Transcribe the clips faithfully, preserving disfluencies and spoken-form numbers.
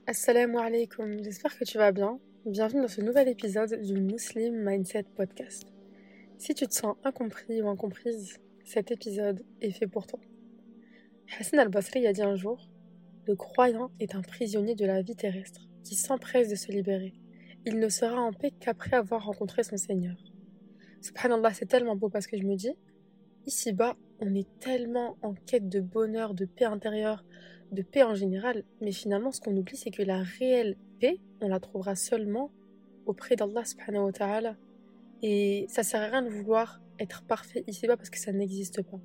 Assalamu alaikum, j'espère que tu vas bien. Bienvenue dans ce nouvel épisode du Muslim Mindset Podcast. Si tu te sens incompris ou incomprise, cet épisode est fait pour toi. Hassan al-Basri a dit un jour: le croyant est un prisonnier de la vie terrestre qui s'empresse de se libérer. Il ne sera en paix qu'après avoir rencontré son Seigneur. Subhanallah, c'est tellement beau parce que je me dis, ici-bas, on est tellement en quête de bonheur, de paix intérieure, de paix en général, mais finalement, ce qu'on oublie, c'est que la réelle paix, on la trouvera seulement auprès d'Allah subhanahu wa ta'ala. Et ça sert à rien de vouloir être parfait ici-bas parce que ça n'existe pas.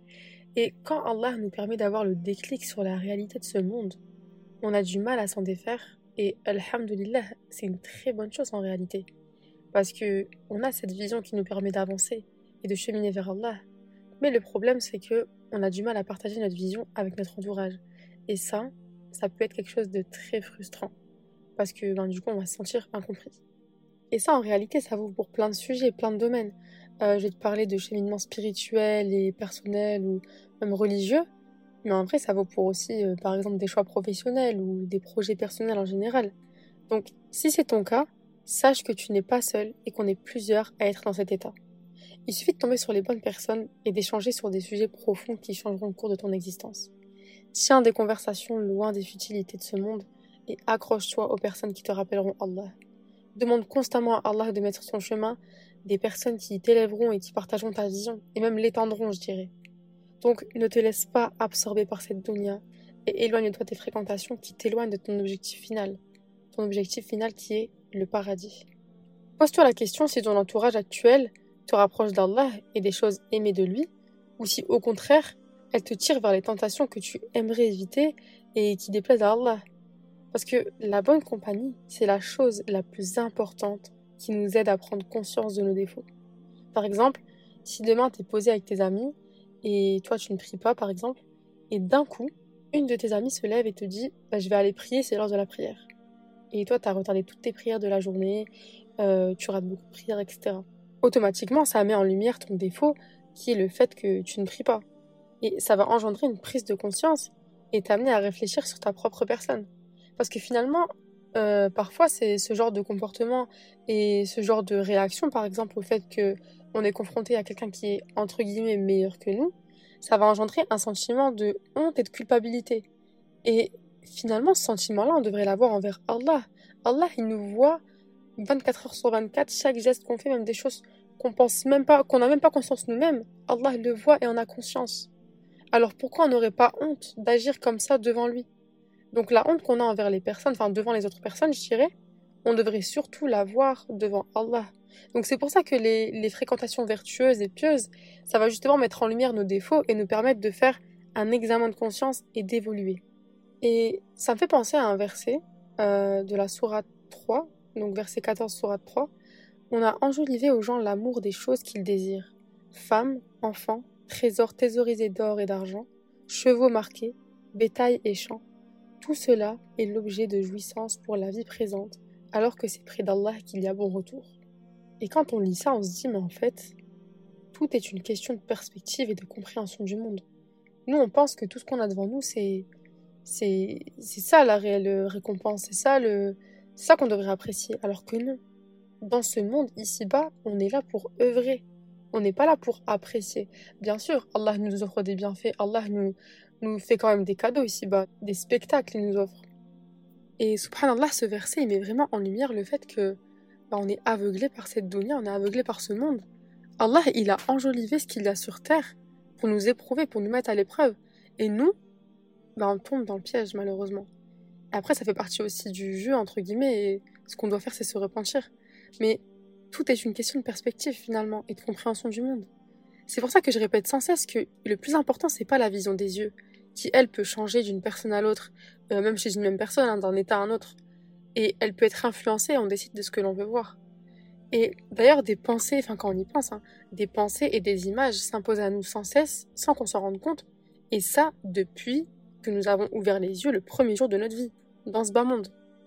Et quand Allah nous permet d'avoir le déclic sur la réalité de ce monde, on a du mal à s'en défaire. Et alhamdulillah, c'est une très bonne chose en réalité. Parce que on a cette vision qui nous permet d'avancer et de cheminer vers Allah. Mais le problème, c'est que on a du mal à partager notre vision avec notre entourage. Et ça, ça peut être quelque chose de très frustrant. Parce que ben, du coup, on va se sentir incompris. Et ça, en réalité, ça vaut pour plein de sujets, plein de domaines. Euh, je vais te parler de cheminement spirituel et personnel ou même religieux. Mais en vrai, ça vaut pour aussi, euh, par exemple, des choix professionnels ou des projets personnels en général. Donc, si c'est ton cas, sache que tu n'es pas seul et qu'on est plusieurs à être dans cet état. Il suffit de tomber sur les bonnes personnes et d'échanger sur des sujets profonds qui changeront le cours de ton existence. Tiens des conversations loin des futilités de ce monde et accroche-toi aux personnes qui te rappelleront Allah. Demande constamment à Allah de mettre sur ton chemin des personnes qui t'élèveront et qui partageront ta vision, et même l'étendront, je dirais. Donc, ne te laisse pas absorber par cette dunya et éloigne-toi des fréquentations qui t'éloignent de ton objectif final. Ton objectif final qui est le paradis. Pose-toi la question si ton entourage actuel te rapproche d'Allah et des choses aimées de lui, ou si au contraire, elle te tire vers les tentations que tu aimerais éviter et qui déplaisent à Allah. Parce que la bonne compagnie, c'est la chose la plus importante qui nous aide à prendre conscience de nos défauts. Par exemple, si demain tu es posé avec tes amis et toi tu ne pries pas par exemple, et d'un coup, une de tes amies se lève et te dit bah, « je vais aller prier, c'est l'heure de la prière ». Et toi tu as retardé toutes tes prières de la journée, euh, tu rates beaucoup de prières, et cetera. Automatiquement, ça met en lumière ton défaut qui est le fait que tu ne pries pas. Et ça va engendrer une prise de conscience et t'amener à réfléchir sur ta propre personne. Parce que finalement, euh, parfois, c'est ce genre de comportement et ce genre de réaction, par exemple, au fait qu'on est confronté à quelqu'un qui est, entre guillemets, meilleur que nous, ça va engendrer un sentiment de honte et de culpabilité. Et finalement, ce sentiment-là, on devrait l'avoir envers Allah. Allah, il nous voit vingt-quatre heures sur vingt-quatre, chaque geste qu'on fait, même des choses qu'on pense même pas, qu'on n'a même pas conscience nous-mêmes, Allah le voit et en a conscience. Alors pourquoi on n'aurait pas honte d'agir comme ça devant lui? Donc la honte qu'on a envers les personnes, enfin devant les autres personnes, je dirais, on devrait surtout l'avoir devant Allah. Donc c'est pour ça que les, les fréquentations vertueuses et pieuses, ça va justement mettre en lumière nos défauts et nous permettre de faire un examen de conscience et d'évoluer. Et ça me fait penser à un verset euh, de la sourate trois, donc verset quatorze, sourate trois. On a enjolivé aux gens l'amour des choses qu'ils désirent. Femmes, enfants, trésors thésaurisés d'or et d'argent, chevaux marqués, bétail et champs. Tout cela est l'objet de jouissance pour la vie présente, alors que c'est près d'Allah qu'il y a bon retour. Et quand on lit ça, on se dit, mais en fait, tout est une question de perspective et de compréhension du monde. Nous, on pense que tout ce qu'on a devant nous, c'est, c'est, c'est ça la réelle récompense, c'est ça, le, c'est ça qu'on devrait apprécier, alors que non. Dans ce monde, ici-bas, on est là pour œuvrer. On n'est pas là pour apprécier. Bien sûr, Allah nous offre des bienfaits, Allah nous, nous fait quand même des cadeaux ici-bas, des spectacles il nous offre. Et subhanallah, ce verset, il met vraiment en lumière le fait que bah, on est aveuglé par cette dunya, on est aveuglé par ce monde. Allah, il a enjolivé ce qu'il y a sur terre pour nous éprouver, pour nous mettre à l'épreuve. Et nous, bah, on tombe dans le piège, malheureusement. Et après, ça fait partie aussi du jeu, entre guillemets, et ce qu'on doit faire, c'est se repentir. Mais tout est une question de perspective, finalement, et de compréhension du monde. C'est pour ça que je répète sans cesse que le plus important, c'est pas la vision des yeux, qui, elle, peut changer d'une personne à l'autre, euh, même chez une même personne, hein, d'un état à un autre. Et elle peut être influencée, on décide de ce que l'on veut voir. Et d'ailleurs, des pensées, enfin quand on y pense, hein, des pensées et des images s'imposent à nous sans cesse, sans qu'on s'en rende compte. Et ça, depuis que nous avons ouvert les yeux le premier jour de notre vie, dans ce bas monde.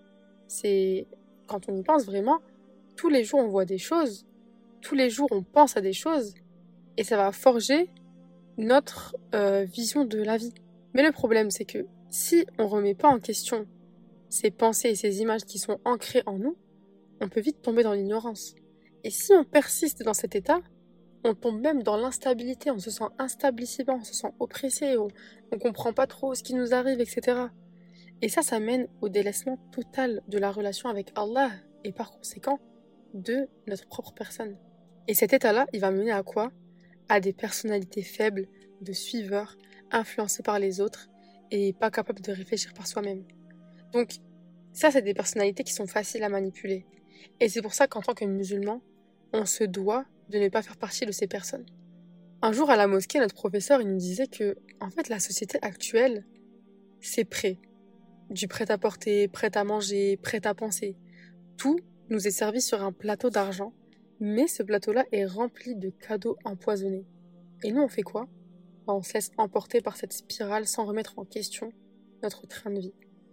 C'est, quand on y pense vraiment, tous les jours on voit des choses, tous les jours on pense à des choses, et ça va forger notre euh, vision de la vie. Mais le problème, c'est que si on remet pas en question ces pensées et ces images qui sont ancrées en nous, on peut vite tomber dans l'ignorance. Et si on persiste dans cet état, on tombe même dans l'instabilité, on se sent instable ici-bas, on se sent oppressé, on ne comprend pas trop ce qui nous arrive, et cetera. Et ça, ça mène au délaissement total de la relation avec Allah et par conséquent de notre propre personne. Et cet état-là, il va mener à quoi? À des personnalités faibles, de suiveurs, influencés par les autres et pas capables de réfléchir par soi-même. Donc ça, c'est des personnalités qui sont faciles à manipuler. Et c'est pour ça qu'en tant que musulman, on se doit de ne pas faire partie de ces personnes. Un jour à la mosquée, notre professeur il nous disait que en fait, la société actuelle, c'est prêt. Du prêt-à-porter, prêt à manger, prêt à penser. Tout nous est servi sur un plateau d'argent, mais ce plateau-là est rempli de cadeaux empoisonnés. Et nous, on fait quoi? On se laisse emporter par cette spirale sans remettre en question notre train de vie.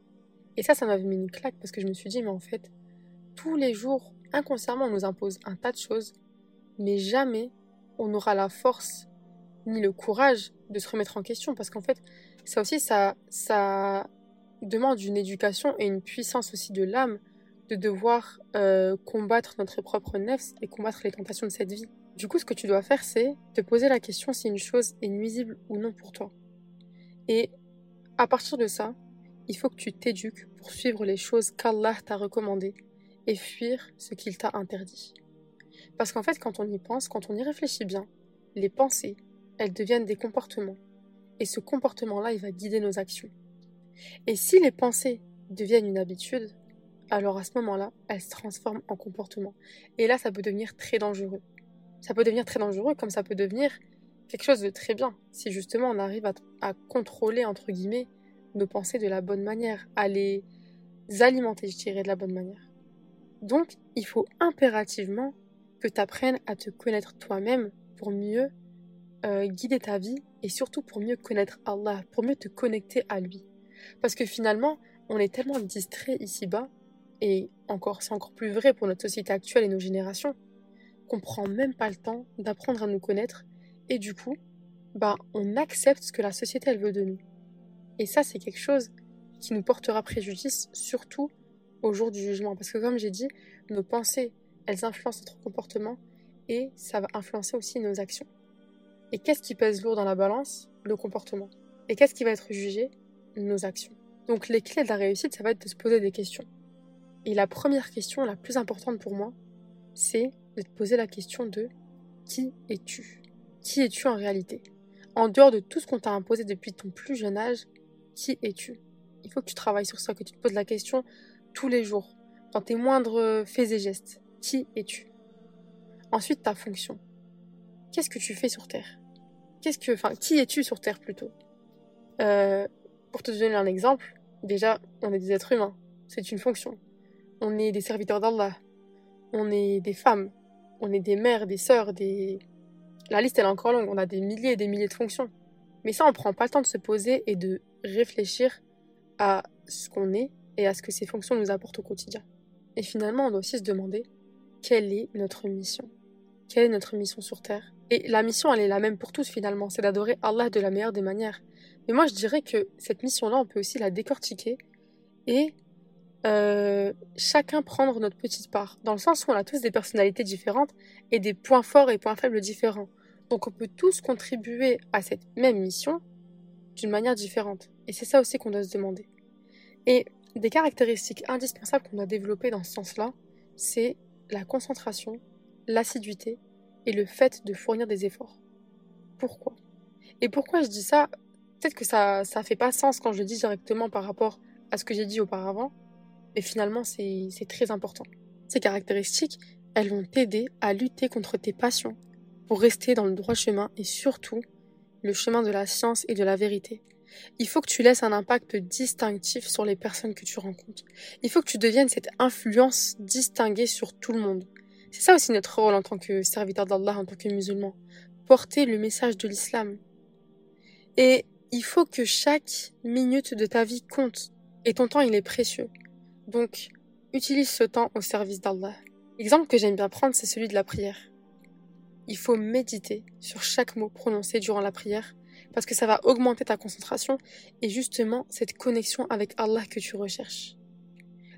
Et ça, ça m'avait mis une claque parce que je me suis dit, mais en fait, tous les jours, inconsciemment, on nous impose un tas de choses, mais jamais on n'aura la force ni le courage de se remettre en question. Parce qu'en fait, ça aussi, ça, ça demande une éducation et une puissance aussi de l'âme de devoir euh, combattre notre propre nefs et combattre les tentations de cette vie. Du coup, ce que tu dois faire, c'est te poser la question si une chose est nuisible ou non pour toi. Et à partir de ça, il faut que tu t'éduques pour suivre les choses qu'Allah t'a recommandées et fuir ce qu'il t'a interdit. Parce qu'en fait, quand on y pense, quand on y réfléchit bien, les pensées, elles deviennent des comportements. Et ce comportement-là, il va guider nos actions. Et si les pensées deviennent une habitude, alors à ce moment-là, elles se transforment en comportement. Et là, ça peut devenir très dangereux. Ça peut devenir très dangereux comme ça peut devenir quelque chose de très bien. Si justement on arrive à, à contrôler, entre guillemets, nos pensées de la bonne manière, à les alimenter, je dirais, de la bonne manière. Donc, il faut impérativement que tu apprennes à te connaître toi-même pour mieux euh, guider ta vie et surtout pour mieux connaître Allah, pour mieux te connecter à lui. Parce que finalement, on est tellement distrait ici-bas, et encore, c'est encore plus vrai pour notre société actuelle et nos générations, qu'on prend même pas le temps d'apprendre à nous connaître et du coup, bah, on accepte ce que la société elle veut de nous. Et ça, c'est quelque chose qui nous portera préjudice, surtout au jour du jugement. Parce que comme j'ai dit, nos pensées, elles influencent notre comportement et ça va influencer aussi nos actions. Et qu'est-ce qui pèse lourd dans la balance? Le comportement. Et qu'est-ce qui va être jugé? Nos actions. Donc les clés de la réussite, ça va être de se poser des questions. Et la première question, la plus importante pour moi, c'est de te poser la question de qui es-tu? Qui es-tu en réalité? En dehors de tout ce qu'on t'a imposé depuis ton plus jeune âge, qui es-tu? Il faut que tu travailles sur ça, que tu te poses la question tous les jours, dans tes moindres faits et gestes. Qui es-tu? Ensuite, ta fonction. Qu'est-ce que tu fais sur Terre? Qu'est-ce que, enfin, qui es-tu sur Terre plutôt? euh, Pour te donner un exemple, déjà, on est des êtres humains. C'est une fonction. On est des serviteurs d'Allah. On est des femmes. On est des mères, des sœurs, des... La liste, elle est encore longue. On a des milliers et des milliers de fonctions. Mais ça, on prend pas le temps de se poser et de réfléchir à ce qu'on est et à ce que ces fonctions nous apportent au quotidien. Et finalement, on doit aussi se demander quelle est notre mission. Quelle est notre mission sur Terre? Et la mission, elle est la même pour tous finalement. C'est d'adorer Allah de la meilleure des manières. Mais moi, je dirais que cette mission-là, on peut aussi la décortiquer et euh, chacun prendre notre petite part. Dans le sens où on a tous des personnalités différentes et des points forts et points faibles différents. Donc on peut tous contribuer à cette même mission d'une manière différente. Et c'est ça aussi qu'on doit se demander. Et des caractéristiques indispensables qu'on doit développer dans ce sens-là, c'est la concentration, l'assiduité et le fait de fournir des efforts. Pourquoi? Et pourquoi je dis ça? Peut-être que ça ça fait pas sens quand je le dis directement par rapport à ce que j'ai dit auparavant, mais finalement c'est, c'est très important. Ces caractéristiques, elles vont t'aider à lutter contre tes passions pour rester dans le droit chemin et surtout le chemin de la science et de la vérité. Il faut que tu laisses un impact distinctif sur les personnes que tu rencontres. Il faut que tu deviennes cette influence distinguée sur tout le monde. C'est ça aussi notre rôle en tant que serviteur d'Allah, en tant que musulman. Porter le message de l'islam. Et il faut que chaque minute de ta vie compte. Et ton temps, il est précieux. Donc, utilise ce temps au service d'Allah. L'exemple que j'aime bien prendre, c'est celui de la prière. Il faut méditer sur chaque mot prononcé durant la prière parce que ça va augmenter ta concentration et justement cette connexion avec Allah que tu recherches.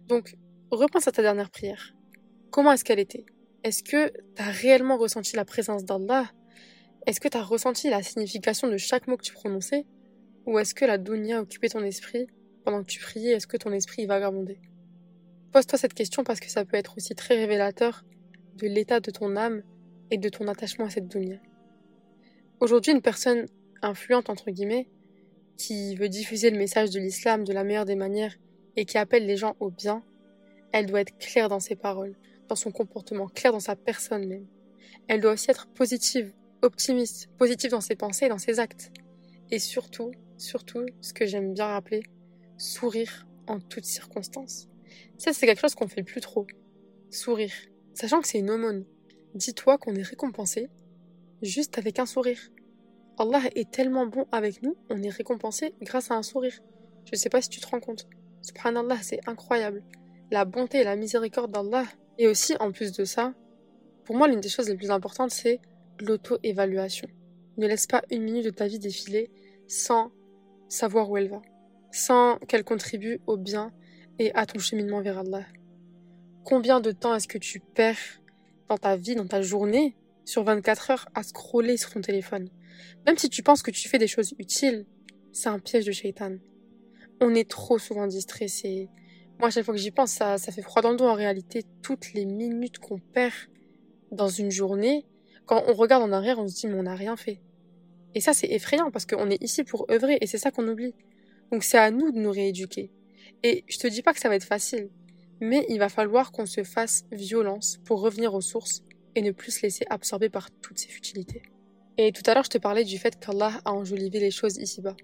Donc, repense à ta dernière prière. Comment est-ce qu'elle était? Est-ce que tu as réellement ressenti la présence d'Allah? Est-ce que tu as ressenti la signification de chaque mot que tu prononçais? Ou est-ce que la dunya occupait ton esprit pendant que tu priais? Est-ce que ton esprit y vagabondait? Pose-toi cette question parce que ça peut être aussi très révélateur de l'état de ton âme et de ton attachement à cette dunya. Aujourd'hui, une personne influente, entre guillemets, qui veut diffuser le message de l'islam de la meilleure des manières et qui appelle les gens au bien, elle doit être claire dans ses paroles, dans son comportement, claire dans sa personne même. Elle doit aussi être positive, optimiste, positive dans ses pensées et dans ses actes. Et surtout, surtout, ce que j'aime bien rappeler, sourire en toutes circonstances. Ça, c'est quelque chose qu'on fait plus trop. Sourire. Sachant que c'est une aumône. Dis-toi qu'on est récompensé juste avec un sourire. Allah est tellement bon avec nous, on est récompensé grâce à un sourire. Je sais pas si tu te rends compte. Subhanallah, c'est incroyable. La bonté et la miséricorde d'Allah. Et aussi, en plus de ça, pour moi, l'une des choses les plus importantes, c'est l'auto-évaluation. Ne laisse pas une minute de ta vie défiler sans savoir où elle va, sans qu'elle contribue au bien et à ton cheminement vers Allah. Combien de temps est-ce que tu perds dans ta vie, dans ta journée, sur vingt-quatre heures, à scroller sur ton téléphone? Même si tu penses que tu fais des choses utiles, c'est un piège de shaitan. On est trop souvent distrait. C'est... Moi, à chaque fois que j'y pense, ça, ça fait froid dans le dos en réalité. Toutes les minutes qu'on perd dans une journée, quand on regarde en arrière, on se dit mais on n'a rien fait. Et ça, c'est effrayant parce qu'on est ici pour œuvrer et c'est ça qu'on oublie. Donc c'est à nous de nous rééduquer. Et je te dis pas que ça va être facile, mais il va falloir qu'on se fasse violence pour revenir aux sources et ne plus se laisser absorber par toutes ces futilités. Et tout à l'heure, je te parlais du fait qu'Allah a enjolivé les choses ici-bas.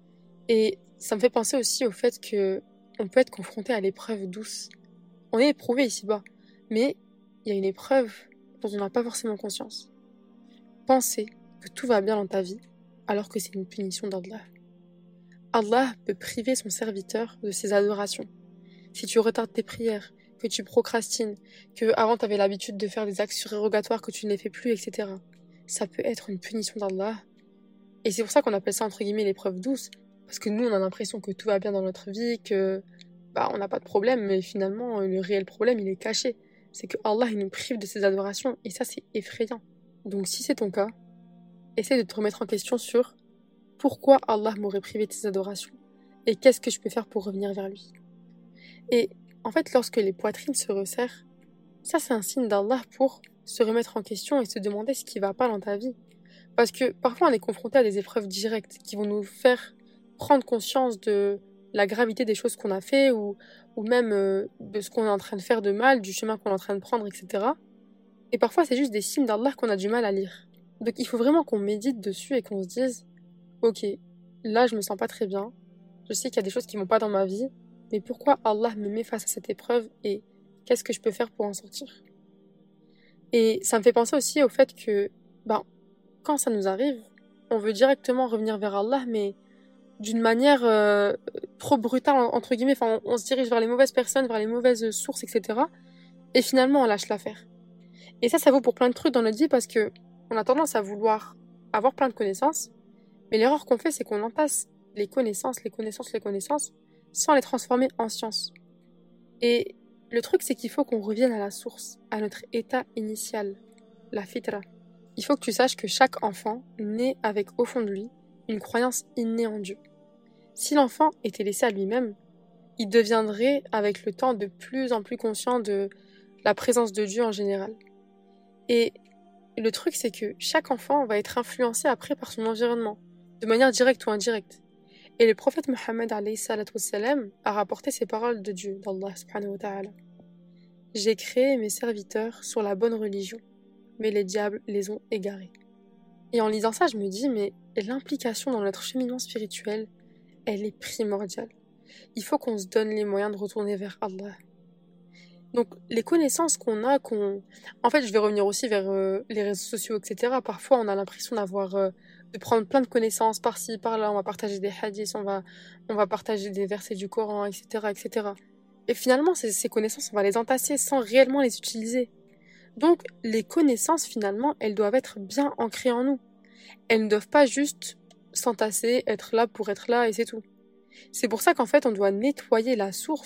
Et ça me fait penser aussi au fait que on peut être confronté à l'épreuve douce. On est éprouvé ici-bas, mais il y a une épreuve dont on n'a pas forcément conscience. Penser que tout va bien dans ta vie alors que c'est une punition d'Allah. Allah peut priver son serviteur de ses adorations. Si tu retardes tes prières, que tu procrastines, que avant tu avais l'habitude de faire des actes surérogatoires que tu ne les fais plus, et cetera. Ça peut être une punition d'Allah. Et c'est pour ça qu'on appelle ça entre guillemets l'épreuve douce, parce que nous on a l'impression que tout va bien dans notre vie, que bah on n'a pas de problème, mais finalement le réel problème il est caché. C'est que Allah il nous prive de ses adorations et ça c'est effrayant. Donc si c'est ton cas, essaie de te remettre en question sur pourquoi Allah m'aurait privé de ses adorations et qu'est-ce que je peux faire pour revenir vers lui. Et en fait, lorsque les poitrines se resserrent, ça c'est un signe d'Allah pour se remettre en question et se demander ce qui va pas dans ta vie. Parce que parfois on est confronté à des épreuves directes qui vont nous faire prendre conscience de la gravité des choses qu'on a fait ou, ou même euh, de ce qu'on est en train de faire de mal, du chemin qu'on est en train de prendre, et cetera. Et parfois c'est juste des signes d'Allah qu'on a du mal à lire. Donc il faut vraiment qu'on médite dessus et qu'on se dise ok, là je me sens pas très bien, je sais qu'il y a des choses qui vont pas dans ma vie, mais pourquoi Allah me met face à cette épreuve et qu'est-ce que je peux faire pour en sortir? Et ça me fait penser aussi au fait que, ben, quand ça nous arrive, on veut directement revenir vers Allah, mais d'une manière euh, trop brutale, entre guillemets, enfin, on, on se dirige vers les mauvaises personnes, vers les mauvaises sources, et cetera. Et finalement, on lâche l'affaire. Et ça, ça vaut pour plein de trucs dans notre vie parce que on a tendance à vouloir avoir plein de connaissances, mais l'erreur qu'on fait, c'est qu'on entasse les connaissances, les connaissances, les connaissances, sans les transformer en science. Et le truc, c'est qu'il faut qu'on revienne à la source, à notre état initial, la fitra. Il faut que tu saches que chaque enfant naît avec au fond de lui une croyance innée en Dieu. Si l'enfant était laissé à lui-même, il deviendrait avec le temps de plus en plus conscient de la présence de Dieu en général. Et le truc, c'est que chaque enfant va être influencé après par son environnement, de manière directe ou indirecte. Et le prophète Mohammed alayhi salatu wassalam a rapporté ces paroles de Dieu, d'Allah subhanahu wa ta'ala. J'ai créé mes serviteurs sur la bonne religion, mais les diables les ont égarés. Et en lisant ça, je me dis, mais l'implication dans notre cheminement spirituel, elle est primordiale. Il faut qu'on se donne les moyens de retourner vers Allah. Donc, les connaissances qu'on a, qu'on... En fait, je vais revenir aussi vers euh, les réseaux sociaux, et cetera. Parfois, on a l'impression d'avoir... Euh, de prendre plein de connaissances par-ci, par-là. On va partager des hadiths, on va, on va partager des versets du Coran, et cetera, et cetera. Et finalement, ces, ces connaissances, on va les entasser sans réellement les utiliser. Donc, les connaissances, finalement, elles doivent être bien ancrées en nous. Elles ne doivent pas juste s'entasser, être là pour être là, et c'est tout. C'est pour ça qu'en fait, on doit nettoyer la source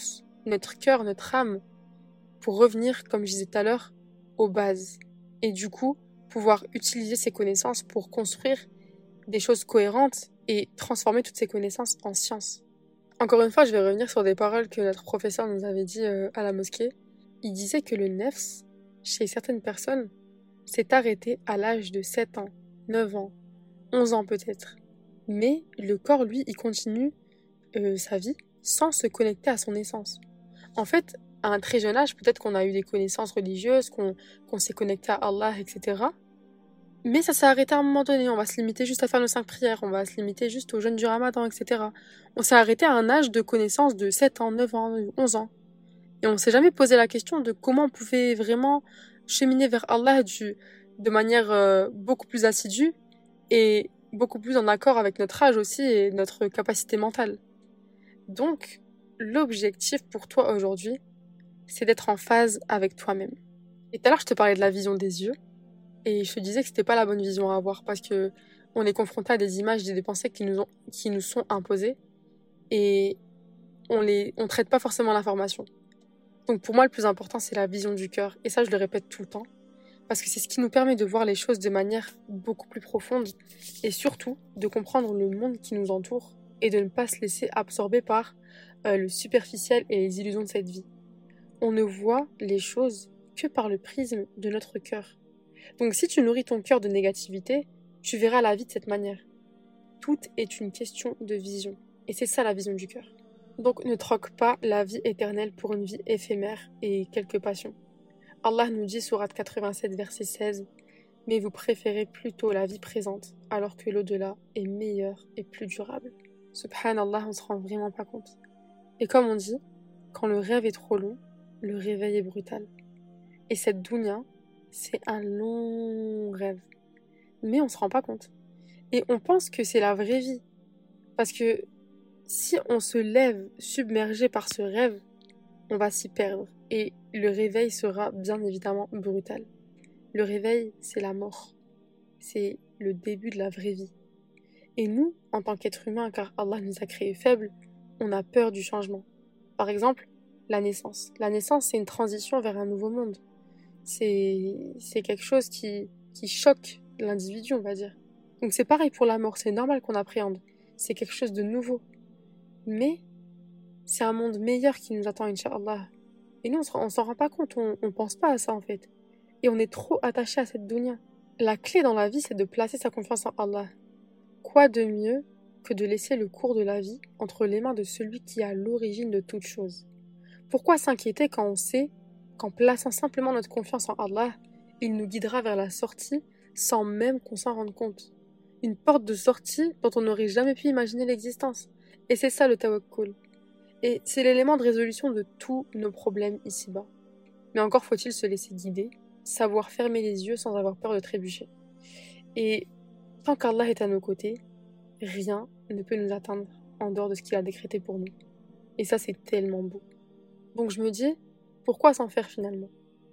notre cœur, notre âme, pour revenir, comme je disais tout à l'heure, aux bases. Et du coup, pouvoir utiliser ces connaissances pour construire des choses cohérentes et transformer toutes ces connaissances en science. Encore une fois, je vais revenir sur des paroles que notre professeur nous avait dit euh, à la mosquée. Il disait que le nefs, chez certaines personnes, s'est arrêté à l'âge de sept ans, neuf ans, onze ans peut-être. Mais le corps, lui, il continue euh, sa vie sans se connecter à son essence. En fait, à un très jeune âge, peut-être qu'on a eu des connaissances religieuses, qu'on, qu'on s'est connecté à Allah, et cetera. Mais ça s'est arrêté à un moment donné. On va se limiter juste à faire nos cinq prières, on va se limiter juste au jeûne du ramadan, et cetera. On s'est arrêté à un âge de connaissance de sept ans, neuf ans, onze ans. Et on s'est jamais posé la question de comment on pouvait vraiment cheminer vers Allah du, de manière euh, beaucoup plus assidue et beaucoup plus en accord avec notre âge aussi et notre capacité mentale. Donc, l'objectif pour toi aujourd'hui, c'est d'être en phase avec toi-même. Et tout à l'heure, je te parlais de la vision des yeux, et je te disais que c'était pas la bonne vision à avoir parce que on est confronté à des images et des pensées qui nous, ont, qui nous sont imposées, et on les, on traite pas forcément l'information. Donc pour moi, le plus important, c'est la vision du cœur, et ça, je le répète tout le temps, parce que c'est ce qui nous permet de voir les choses de manière beaucoup plus profonde, et surtout de comprendre le monde qui nous entoure, et de ne pas se laisser absorber par euh, le superficiel et les illusions de cette vie. On ne voit les choses que par le prisme de notre cœur. Donc si tu nourris ton cœur de négativité, tu verras la vie de cette manière. Tout est une question de vision. Et c'est ça la vision du cœur. Donc ne troque pas la vie éternelle pour une vie éphémère et quelques passions. Allah nous dit, sourate quatre-vingt-sept, verset seize, « Mais vous préférez plutôt la vie présente, alors que l'au-delà est meilleur et plus durable. » Subhanallah, on se rend vraiment pas compte. Et comme on dit, quand le rêve est trop long, le réveil est brutal. Et cette dunya, c'est un long rêve. Mais on se rend pas compte. Et on pense que c'est la vraie vie. Parce que si on se lève submergé par ce rêve, on va s'y perdre. Et le réveil sera bien évidemment brutal. Le réveil, c'est la mort. C'est le début de la vraie vie. Et nous, en tant qu'êtres humains, car Allah nous a créés faibles, on a peur du changement. Par exemple, la naissance. La naissance, c'est une transition vers un nouveau monde. C'est, c'est quelque chose qui, qui choque l'individu, on va dire. Donc c'est pareil pour la mort, c'est normal qu'on appréhende. C'est quelque chose de nouveau. Mais c'est un monde meilleur qui nous attend, Inch'Allah. Et nous, on s'en rend pas compte, on, on pense pas à ça en fait. Et on est trop attaché à cette dunya. La clé dans la vie, c'est de placer sa confiance en Allah. Quoi de mieux que de laisser le cours de la vie entre les mains de celui qui est à l'origine de toute chose? Pourquoi s'inquiéter quand on sait qu'en plaçant simplement notre confiance en Allah, il nous guidera vers la sortie sans même qu'on s'en rende compte? Une porte de sortie dont on n'aurait jamais pu imaginer l'existence. Et c'est ça le tawakkul. Et c'est l'élément de résolution de tous nos problèmes ici-bas. Mais encore faut-il se laisser guider, savoir fermer les yeux sans avoir peur de trébucher. Et tant qu'Allah est à nos côtés, rien ne peut nous atteindre en dehors de ce qu'il a décrété pour nous. Et ça, c'est tellement beau. Donc je me dis, pourquoi s'en faire finalement?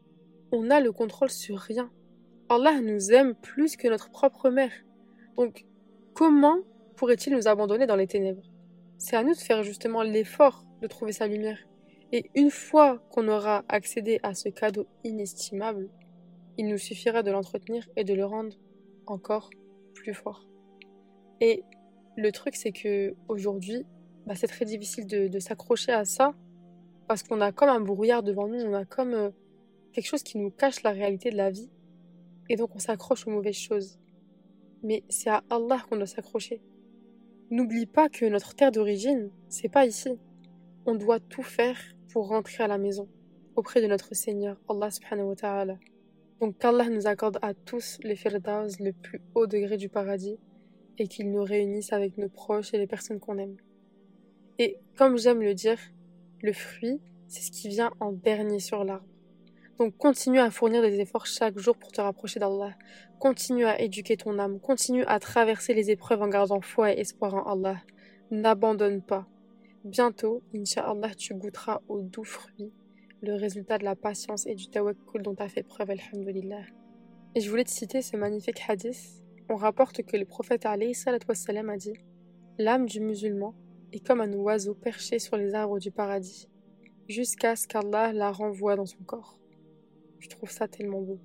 On a le contrôle sur rien. Allah nous aime plus que notre propre mère. Donc, comment pourrait-il nous abandonner dans les ténèbres? C'est à nous de faire justement l'effort de trouver sa lumière. Et une fois qu'on aura accédé à ce cadeau inestimable, il nous suffira de l'entretenir et de le rendre encore plus fort. Et le truc, c'est que aujourd'hui, bah, c'est très difficile de, de s'accrocher à ça parce qu'on a comme un brouillard devant nous, on a comme euh, quelque chose qui nous cache la réalité de la vie. Et donc on s'accroche aux mauvaises choses. Mais c'est à Allah qu'on doit s'accrocher. N'oublie pas que notre terre d'origine, c'est pas ici. On doit tout faire pour rentrer à la maison, auprès de notre Seigneur, Allah subhanahu wa ta'ala. Donc qu'Allah nous accorde à tous les firdaus, le plus haut degré du paradis, et qu'il nous réunisse avec nos proches et les personnes qu'on aime. Et comme j'aime le dire, le fruit, c'est ce qui vient en dernier sur l'arbre. Donc continue à fournir des efforts chaque jour pour te rapprocher d'Allah. Continue à éduquer ton âme. Continue à traverser les épreuves en gardant foi et espoir en Allah. N'abandonne pas. Bientôt, Inch'Allah, tu goûteras au doux fruit, le résultat de la patience et du tawakkul dont tu as fait preuve, alhamdulillah. Et je voulais te citer ce magnifique hadith. On rapporte que le prophète alayhi salatu wassalam a dit « L'âme du musulman est comme un oiseau perché sur les arbres du paradis. jusqu'à ce qu'Allah la renvoie dans son corps. Je trouve ça tellement beau.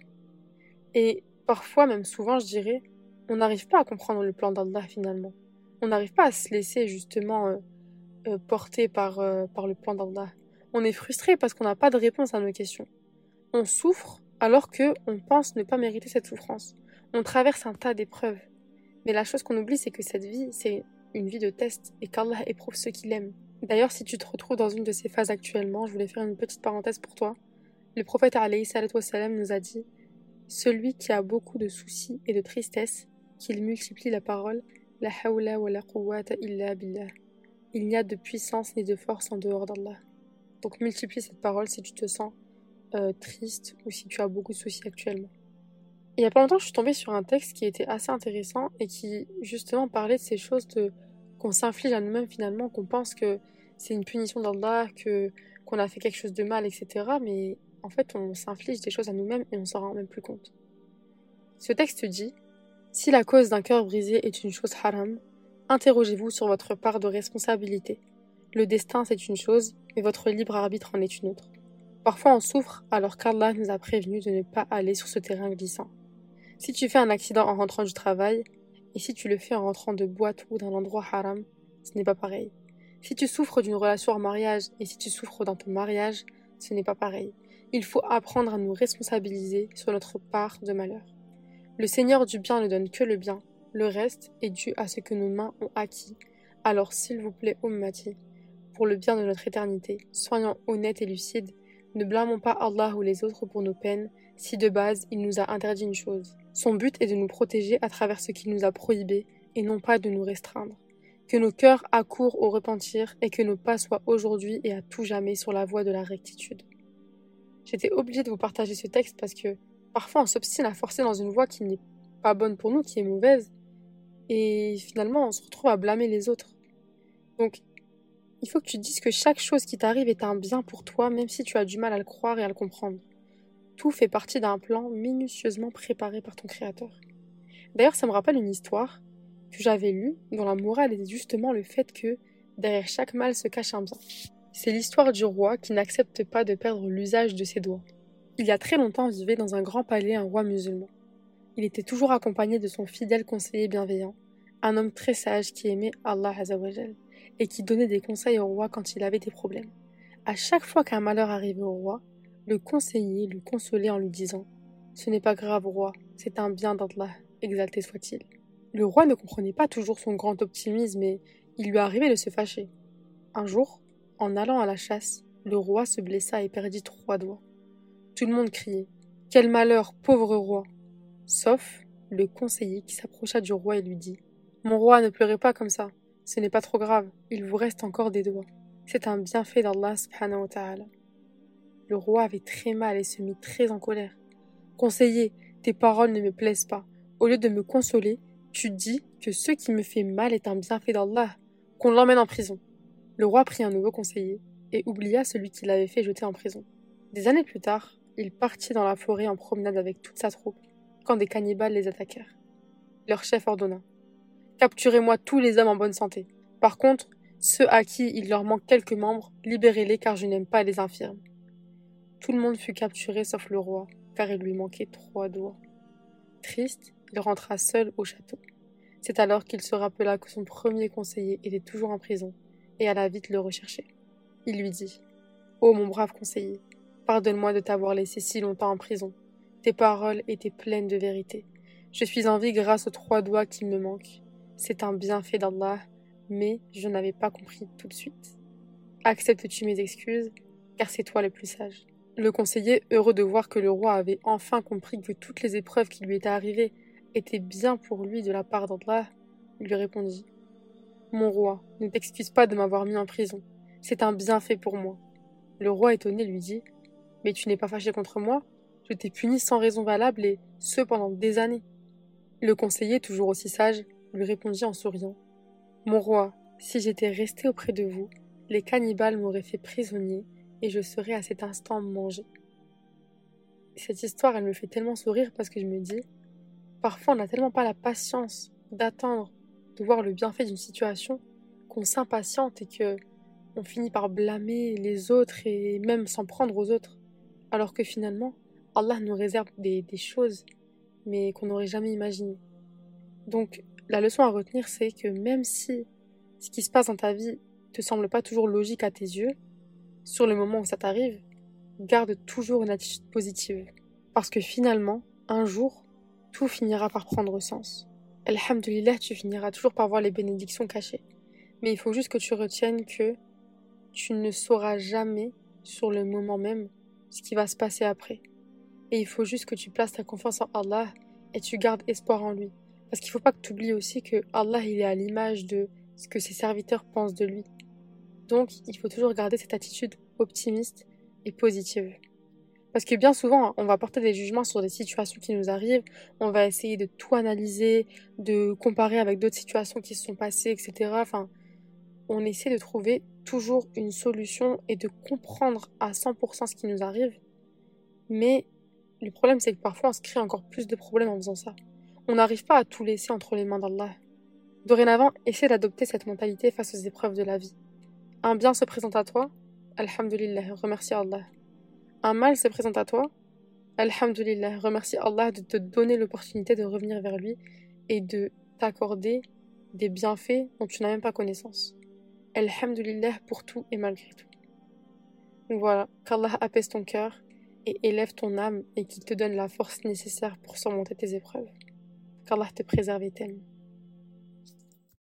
Et parfois, même souvent, je dirais, on n'arrive pas à comprendre le plan d'Allah finalement. On n'arrive pas à se laisser justement euh, euh, porter par, euh, par le plan d'Allah. On est frustré parce qu'on n'a pas de réponse à nos questions. On souffre alors que on pense ne pas mériter cette souffrance. On traverse un tas d'épreuves. Mais la chose qu'on oublie, c'est que cette vie, c'est une vie de test et qu'Allah éprouve ceux qu'il aime. D'ailleurs, si tu te retrouves dans une de ces phases actuellement, je voulais faire une petite parenthèse pour toi. Le prophète alayhi salatu wassalam nous a dit « Celui qui a beaucoup de soucis et de tristesse, qu'il multiplie la parole « La hawla wa la quwwata illa billah » Il n'y a de puissance ni de force en dehors d'Allah. Donc multiplie cette parole si tu te sens euh, triste ou si tu as beaucoup de soucis actuellement. Il y a pas longtemps, je suis tombée sur un texte qui était assez intéressant et qui justement parlait de ces choses de, qu'on s'inflige à nous-mêmes finalement, qu'on pense que c'est une punition d'Allah, que, qu'on a fait quelque chose de mal, et cetera. Mais en fait, on s'inflige des choses à nous-mêmes et on s'en rend même plus compte. Ce texte dit « Si la cause d'un cœur brisé est une chose haram, interrogez-vous sur votre part de responsabilité. Le destin, c'est une chose, mais votre libre arbitre en est une autre. Parfois, on souffre alors qu'Allah nous a prévenus de ne pas aller sur ce terrain glissant. Si tu fais un accident en rentrant du travail, et si tu le fais en rentrant de boîte ou d'un endroit haram, ce n'est pas pareil. Si tu souffres d'une relation en mariage, et si tu souffres dans ton mariage, ce n'est pas pareil. Il faut apprendre à nous responsabiliser sur notre part de malheur. Le Seigneur du bien ne donne que le bien, le reste est dû à ce que nos mains ont acquis. Alors s'il vous plaît, Ummati, pour le bien de notre éternité, soyons honnêtes et lucides, ne blâmons pas Allah ou les autres pour nos peines, si de base il nous a interdit une chose. Son but est de nous protéger à travers ce qu'il nous a prohibé et non pas de nous restreindre. Que nos cœurs accourent au repentir et que nos pas soient aujourd'hui et à tout jamais sur la voie de la rectitude. J'étais obligée de vous partager ce texte parce que parfois on s'obstine à forcer dans une voie qui n'est pas bonne pour nous, qui est mauvaise, et finalement on se retrouve à blâmer les autres. Donc il faut que tu te dises que chaque chose qui t'arrive est un bien pour toi, même si tu as du mal à le croire et à le comprendre. Tout fait partie d'un plan minutieusement préparé par ton créateur. D'ailleurs, ça me rappelle une histoire que j'avais lue, dont la morale était justement le fait que derrière chaque mal se cache un bien. C'est l'histoire du roi qui n'accepte pas de perdre l'usage de ses doigts. Il y a très longtemps vivait dans un grand palais un roi musulman. Il était toujours accompagné de son fidèle conseiller bienveillant, un homme très sage qui aimait Allah Azzawajal et qui donnait des conseils au roi quand il avait des problèmes. À chaque fois qu'un malheur arrivait au roi, le conseiller le consolait en lui disant « Ce n'est pas grave, roi, c'est un bien d'Allah, exalté soit-il. » Le roi ne comprenait pas toujours son grand optimisme et il lui arrivait de se fâcher. Un jour, en allant à la chasse, le roi se blessa et perdit trois doigts. Tout le monde criait « Quel malheur, pauvre roi !» Sauf le conseiller qui s'approcha du roi et lui dit « Mon roi, ne pleurez pas comme ça, ce n'est pas trop grave, il vous reste encore des doigts. C'est un bienfait d'Allah subhanahu wa ta'ala. » Le roi avait très mal et se mit très en colère. « Conseiller, tes paroles ne me plaisent pas. Au lieu de me consoler, tu dis que ce qui me fait mal est un bienfait d'Allah, qu'on l'emmène en prison. » Le roi prit un nouveau conseiller et oublia celui qui l'avait fait jeter en prison. Des années plus tard, il partit dans la forêt en promenade avec toute sa troupe, quand des cannibales les attaquèrent. Leur chef ordonna « Capturez-moi tous les hommes en bonne santé. Par contre, ceux à qui il leur manque quelques membres, libérez-les car je n'aime pas les infirmes. » Tout le monde fut capturé sauf le roi, car il lui manquait trois doigts. Triste, il rentra seul au château. C'est alors qu'il se rappela que son premier conseiller était toujours en prison et alla vite le rechercher. Il lui dit « Ô mon brave conseiller, pardonne-moi de t'avoir laissé si longtemps en prison. Tes paroles étaient pleines de vérité. Je suis en vie grâce aux trois doigts qui me manquent. C'est un bienfait d'Allah, mais je n'avais pas compris tout de suite. Acceptes-tu mes excuses, car c'est toi le plus sage. » Le conseiller, heureux de voir que le roi avait enfin compris que toutes les épreuves qui lui étaient arrivées étaient bien pour lui de la part d'Allah, lui répondit « Mon roi, ne t'excuse pas de m'avoir mis en prison. C'est un bienfait pour moi. » Le roi étonné lui dit « Mais tu n'es pas fâché contre moi? Je t'ai puni sans raison valable et ce pendant des années. » Le conseiller, toujours aussi sage, lui répondit en souriant « Mon roi, si j'étais resté auprès de vous, les cannibales m'auraient fait prisonnier et je serais à cet instant mangé. » Cette histoire, elle me fait tellement sourire parce que je me dis, parfois on n'a tellement pas la patience d'attendre, de voir le bienfait d'une situation, qu'on s'impatiente et que on finit par blâmer les autres et même s'en prendre aux autres. Alors que finalement, Allah nous réserve des, des choses, mais qu'on n'aurait jamais imaginées. Donc, la leçon à retenir, c'est que même si ce qui se passe dans ta vie te semble pas toujours logique à tes yeux, sur le moment où ça t'arrive, garde toujours une attitude positive. Parce que finalement, un jour, tout finira par prendre sens. Alhamdulillah, tu finiras toujours par voir les bénédictions cachées. Mais il faut juste que tu retiennes que tu ne sauras jamais, sur le moment même, ce qui va se passer après. Et il faut juste que tu places ta confiance en Allah et tu gardes espoir en lui. Parce qu'il ne faut pas que tu oublies aussi que Allah, il est à l'image de ce que ses serviteurs pensent de lui. Donc, il faut toujours garder cette attitude optimiste et positive. Parce que bien souvent, on va porter des jugements sur des situations qui nous arrivent, on va essayer de tout analyser, de comparer avec d'autres situations qui se sont passées, et cetera. Enfin, on essaie de trouver toujours une solution et de comprendre à cent pour cent ce qui nous arrive. Mais le problème, c'est que parfois, on se crée encore plus de problèmes en faisant ça. On n'arrive pas à tout laisser entre les mains d'Allah. Dorénavant, essaie d'adopter cette mentalité face aux épreuves de la vie. Un bien se présente à toi, alhamdulillah, remercie Allah. Un mal se présente à toi, alhamdulillah, remercie Allah de te donner l'opportunité de revenir vers lui et de t'accorder des bienfaits dont tu n'as même pas connaissance. Alhamdulillah pour tout et malgré tout. Donc voilà, qu'Allah apaise ton cœur et élève ton âme et qu'il te donne la force nécessaire pour surmonter tes épreuves. Qu'Allah te préserve et t'aime.